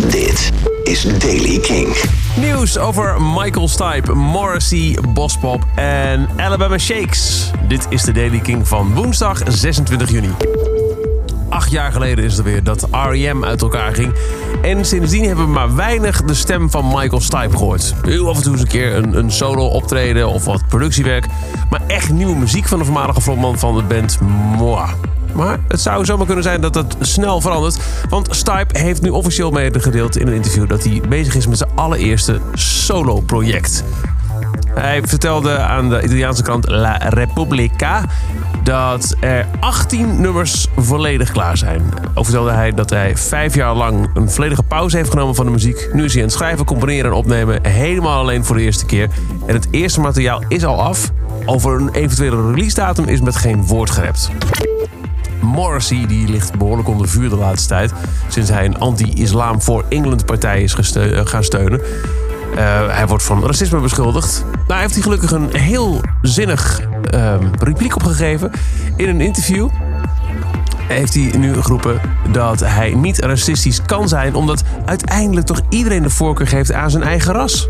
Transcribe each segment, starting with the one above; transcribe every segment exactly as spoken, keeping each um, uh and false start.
Dit is Daily Kink. Nieuws over Michael Stipe, Morrissey, Bospop en Alabama Shakes. Dit is de Daily Kink van woensdag zesentwintig juni. Acht jaar geleden is het weer dat R E M uit elkaar ging. En sindsdien hebben we maar weinig de stem van Michael Stipe gehoord. Heel af en toe eens een keer een, een solo optreden of wat productiewerk. Maar echt nieuwe muziek van de voormalige frontman van de band, moi. Maar het zou zomaar kunnen zijn dat dat snel verandert. Want Stipe heeft nu officieel medegedeeld in een interview dat hij bezig is met zijn allereerste solo-project. Hij vertelde aan de Italiaanse krant La Repubblica dat er achttien nummers volledig klaar zijn. Ook vertelde hij dat hij vijf jaar lang een volledige pauze heeft genomen van de muziek. Nu is hij aan het schrijven, componeren en opnemen, helemaal alleen voor de eerste keer. En het eerste materiaal is al af. Over een eventuele release datum is met geen woord gerept. Morrissey die ligt behoorlijk onder vuur de laatste tijd, sinds hij een anti-islam voor Engeland partij is geste- gaan steunen. Uh, hij wordt van racisme beschuldigd. Daar heeft hij gelukkig een heel zinnig uh, repliek op gegeven. In een interview heeft hij nu geroepen dat hij niet racistisch kan zijn, omdat uiteindelijk toch iedereen de voorkeur geeft aan zijn eigen ras.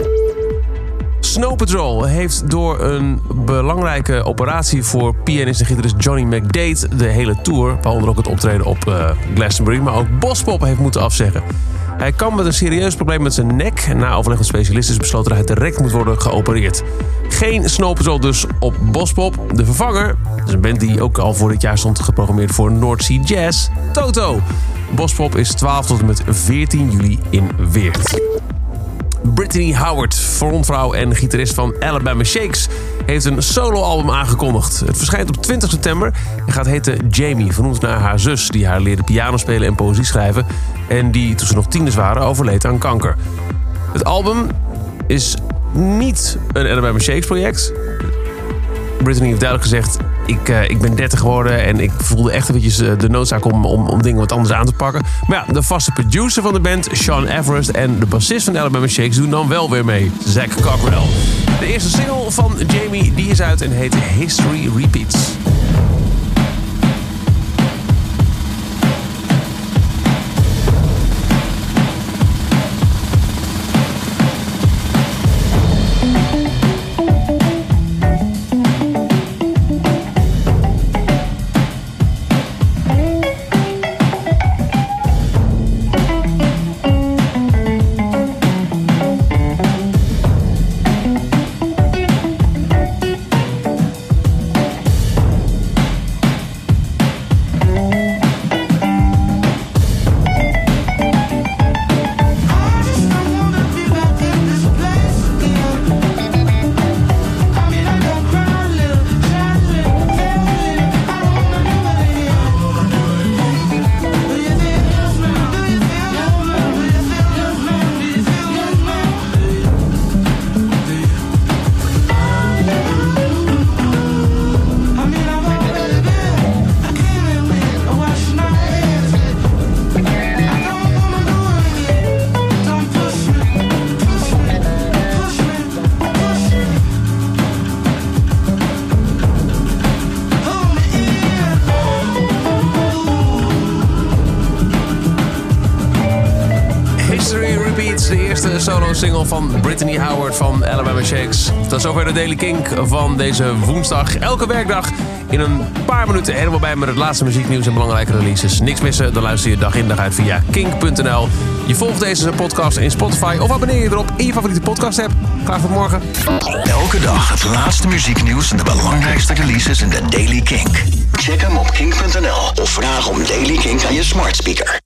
Snow Patrol heeft door een belangrijke operatie voor pianist en gitarist Johnny McDade de hele tour, waaronder ook het optreden op uh, Glastonbury, maar ook Bospop heeft moeten afzeggen. Hij kan met een serieus probleem met zijn nek. Na overleg met specialisten is besloten dat hij direct moet worden geopereerd. Geen Snow Patrol dus op Bospop. De vervanger, dat is een band die ook al voor dit jaar stond geprogrammeerd voor North Sea Jazz, Toto. Bospop is twaalf tot en met veertien juli in Weert. Brittany Howard, frontvrouw en gitarist van Alabama Shakes, heeft een soloalbum aangekondigd. Het verschijnt op twintig september en gaat heten Jamie, vernoemd naar haar zus die haar leerde piano spelen en poëzie schrijven en die toen ze nog tieners waren overleed aan kanker. Het album is niet een Alabama Shakes project. Brittany heeft duidelijk gezegd, ik, uh, ik ben dertig geworden en ik voelde echt eventjes uh, de noodzaak om, om, om dingen wat anders aan te pakken. Maar ja, de vaste producer van de band, Sean Everest, en de bassist van de Alabama Shakes doen dan wel weer mee, Zach Cockrell. De eerste single van Jamie die is uit en heet History Repeats. History Repeats, de eerste solo-single van Brittany Howard van Alabama Shakes. Dat is over de Daily Kink van deze woensdag. Elke werkdag in een paar minuten helemaal bij met het laatste muzieknieuws en belangrijke releases. Niks missen, dan luister je dag in dag uit via kink punt n l. Je volgt deze podcast in Spotify of abonneer je erop in je favoriete podcast-app. Graag tot morgen. Elke dag het laatste muzieknieuws en de belangrijkste releases in de Daily Kink. Check hem op kink punt n l of vraag om Daily Kink aan je smart speaker.